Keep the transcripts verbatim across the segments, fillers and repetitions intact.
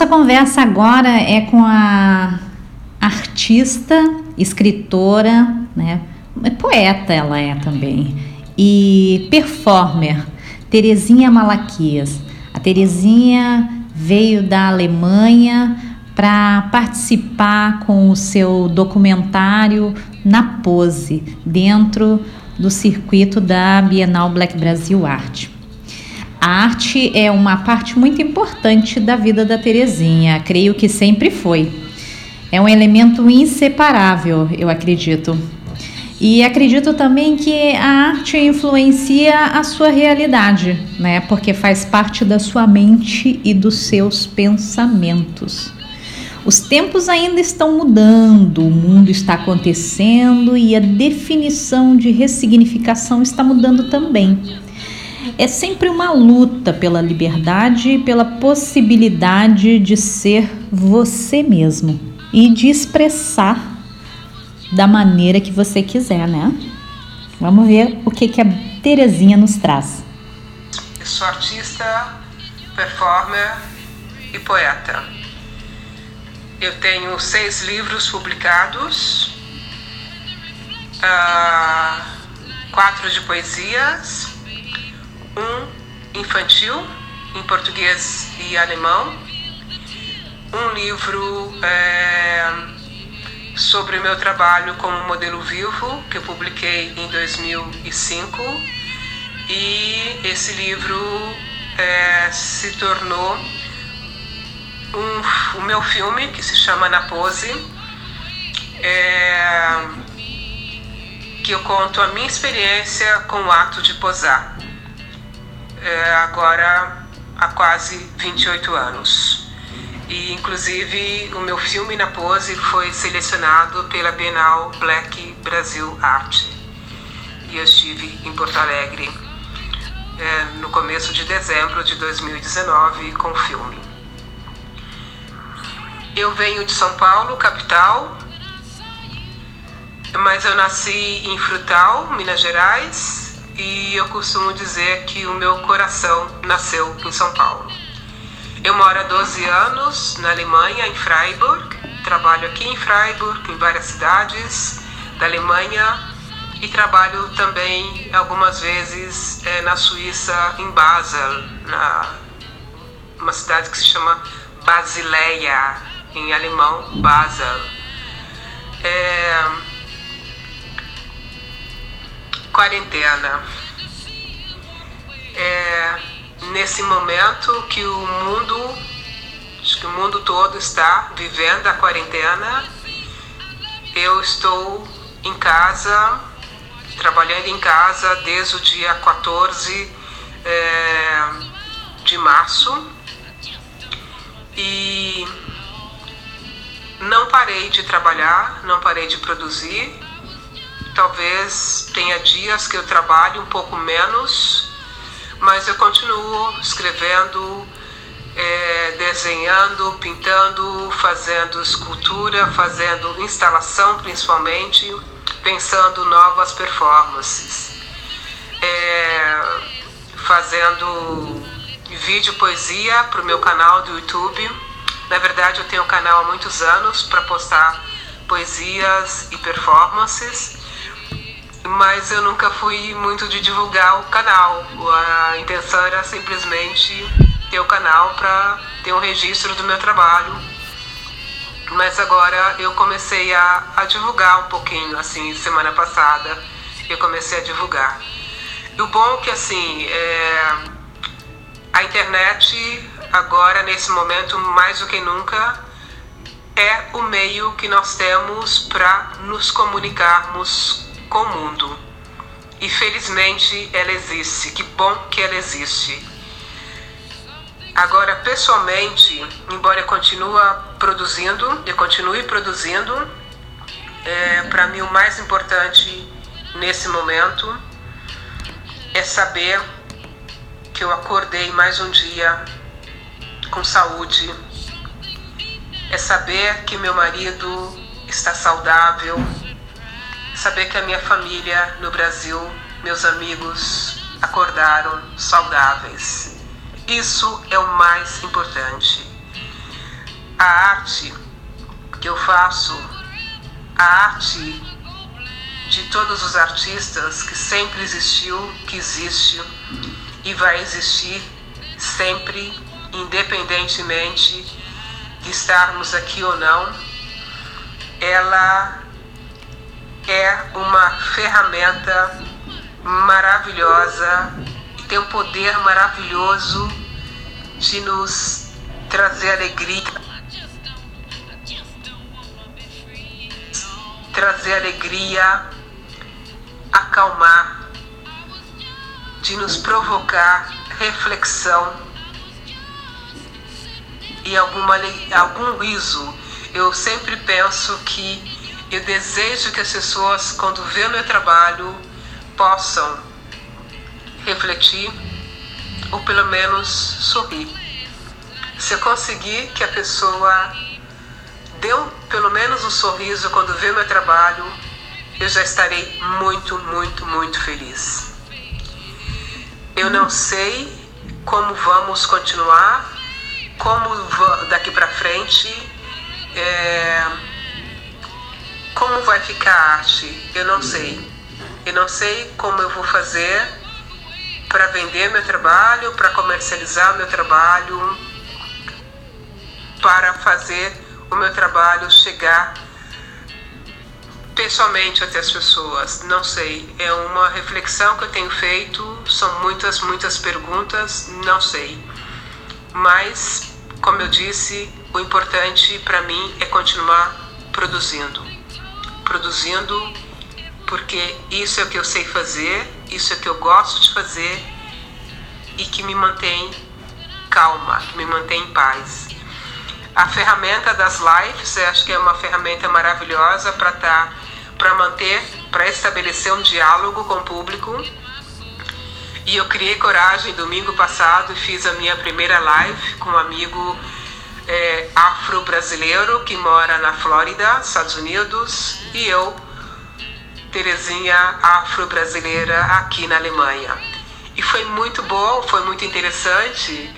nossa conversa agora é com a artista, escritora, né? Poeta ela é também, e performer, Terezinha Malaquias. A Terezinha veio da Alemanha para participar com o seu documentário Na Pose, dentro do circuito da Bienal Black Brasil Art. A arte é uma parte muito importante da vida da Terezinha, creio que sempre foi. É um elemento inseparável, eu acredito. E acredito também que a arte influencia a sua realidade, né? Porque faz parte da sua mente e dos seus pensamentos. Os tempos ainda estão mudando, o mundo está acontecendo e a definição de ressignificação está mudando também. É sempre uma luta pela liberdade e pela possibilidade de ser você mesmo e de expressar da maneira que você quiser, né? Vamos ver o que, que a Terezinha nos traz. Eu sou artista, performer e poeta. Eu tenho seis livros publicados, uh, quatro de poesias, um infantil, em português e alemão, um livro é, sobre o meu trabalho como modelo vivo, que eu publiquei em dois mil e cinco, e esse livro é, se tornou um, o meu filme, que se chama Na Pose, é, que eu conto a minha experiência com o ato de posar. É, agora há quase vinte e oito anos. E inclusive o meu filme Na Pose foi selecionado pela Bienal Black Brasil Art. E eu estive em Porto Alegre é, no começo de dezembro de dois mil e dezenove com o filme. Eu venho de São Paulo, capital, mas eu nasci em Frutal, Minas Gerais. E eu costumo dizer que o meu coração nasceu em São Paulo. Eu moro há doze anos na Alemanha, em Freiburg. Trabalho aqui em Freiburg, em várias cidades da Alemanha. E trabalho também algumas vezes é, na Suíça, em Basel, na uma cidade que se chama Basileia, em alemão, Basel. É... Quarentena. É nesse momento que o mundo, acho que o mundo todo está vivendo a quarentena. Eu estou em casa, trabalhando em casa desde o dia quatorze é, de março e não parei de trabalhar, não parei de produzir. Talvez tenha dias que eu trabalho um pouco menos, mas eu continuo escrevendo, é, desenhando, pintando, fazendo escultura, fazendo instalação principalmente, pensando novas performances, é, fazendo vídeo poesia para o meu canal do YouTube. Na verdade eu tenho um canal há muitos anos para postar poesias e performances, mas eu nunca fui muito de divulgar o canal. A intenção era simplesmente ter o canal para ter um registro do meu trabalho. Mas agora eu comecei a, a divulgar um pouquinho, assim, semana passada eu comecei a divulgar. E o bom é que, assim, é, a internet agora, nesse momento, mais do que nunca, é o meio que nós temos para nos comunicarmos com o mundo. E felizmente ela existe, que bom que ela existe. Agora, pessoalmente, embora eu continue produzindo, eu continue produzindo, é, para mim o mais importante nesse momento é saber que eu acordei mais um dia com saúde, é saber que meu marido está saudável, saber que a minha família no Brasil, meus amigos, acordaram saudáveis. Isso é o mais importante. a arte que eu faço, a arte de todos os artistas que sempre existiu, que existe e vai existir sempre, independentemente de estarmos aqui ou não, ela é uma ferramenta maravilhosa e tem um poder maravilhoso de nos trazer alegria, trazer alegria, acalmar, de nos provocar reflexão e alguma, algum riso. Eu sempre penso que eu desejo que as pessoas, quando vêem o meu trabalho, possam refletir ou pelo menos sorrir. Se eu conseguir que a pessoa dê um, pelo menos um sorriso quando vê o meu trabalho, eu já estarei muito, muito, muito feliz. Eu não sei como vamos continuar, como daqui para frente, é, como vai ficar a arte, eu não sei. Eu não sei como eu vou fazer para vender meu trabalho, para comercializar meu trabalho, para fazer o meu trabalho chegar pessoalmente até as pessoas. Não sei, é uma reflexão que eu tenho feito, são muitas, muitas perguntas, não sei. Mas, como eu disse, o importante para mim é continuar produzindo. Produzindo porque isso é o que eu sei fazer, isso é o que eu gosto de fazer e que me mantém calma, que me mantém em paz. A ferramenta das lives, eu acho que é uma ferramenta maravilhosa para tá, para manter, para estabelecer um diálogo com o público. E eu criei coragem domingo passado e fiz a minha primeira live com um amigo é, afro-brasileiro que mora na Flórida, Estados Unidos, e eu, Terezinha, afro-brasileira, aqui na Alemanha. E foi muito bom, foi muito interessante.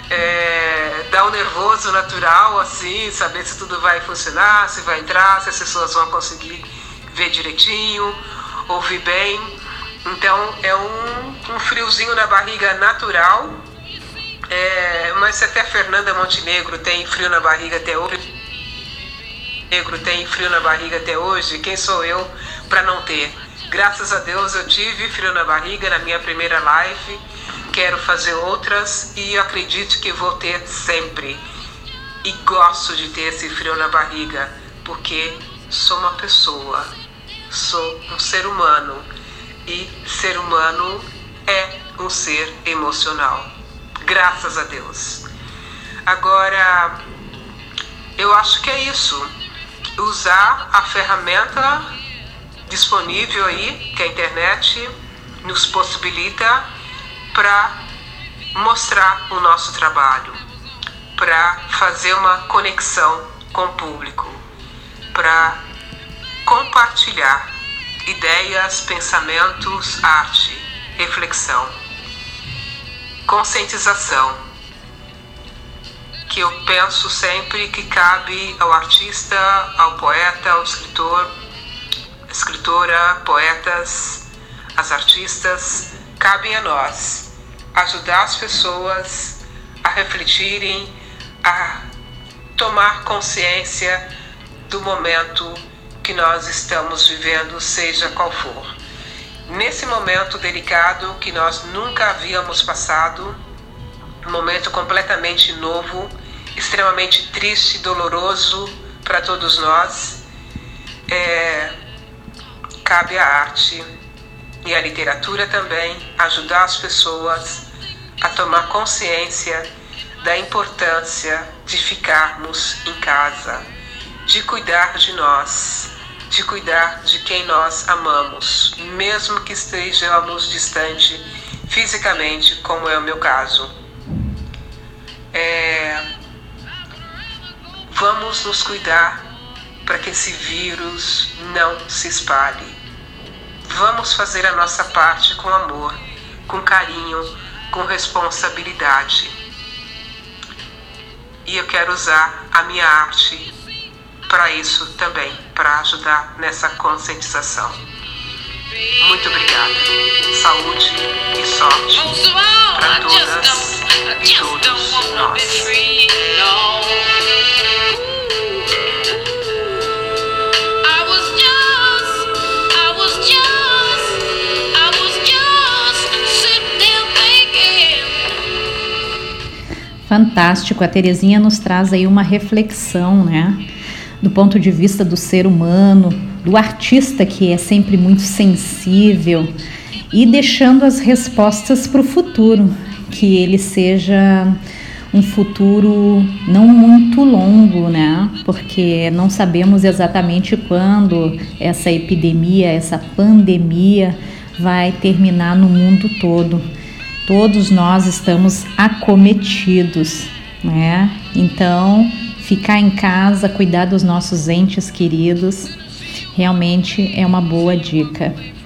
É, dá um nervoso natural, assim, saber se tudo vai funcionar, se vai entrar, se as pessoas vão conseguir ver direitinho, ouvir bem. Então é um, um friozinho na barriga natural. É, mas se até a Fernanda Montenegro tem frio na barriga até hoje, Negro tem frio na barriga até hoje, quem sou eu para não ter? Graças a Deus eu tive frio na barriga na minha primeira live, quero fazer outras e acredito que vou ter sempre. E gosto de ter esse frio na barriga, porque sou uma pessoa, sou um ser humano e ser humano é um ser emocional. Graças a Deus. Agora, eu acho que é isso. Usar a ferramenta disponível aí, que a internet nos possibilita para mostrar o nosso trabalho, para fazer uma conexão com o público, para compartilhar ideias, pensamentos, arte, reflexão, conscientização, que eu penso sempre que cabe ao artista, ao poeta, ao escritor, escritora, poetas, as artistas, cabem a nós ajudar as pessoas a refletirem, a tomar consciência do momento que nós estamos vivendo, seja qual for. Nesse momento delicado que nós nunca havíamos passado, um momento completamente novo, extremamente triste e doloroso para todos nós, é, cabe à arte e à literatura também ajudar as pessoas a tomar consciência da importância de ficarmos em casa, de cuidar de nós, de cuidar de quem nós amamos, mesmo que estejamos distante fisicamente, como é o meu caso. É, vamos nos cuidar para que esse vírus não se espalhe. Vamos fazer a nossa parte com amor, com carinho, com responsabilidade. e eu quero usar a minha arte para isso também, para ajudar nessa conscientização. Muito obrigada. Saúde e sorte para todas e todos nós. Fantástico, a Terezinha nos traz aí uma reflexão, né, do ponto de vista do ser humano, do artista que é sempre muito sensível e deixando as respostas para o futuro, que ele seja um futuro não muito longo, né, porque não sabemos exatamente quando essa epidemia, essa pandemia vai terminar no mundo todo. Todos nós estamos acometidos, né? Então, ficar em casa, cuidar dos nossos entes queridos, realmente é uma boa dica.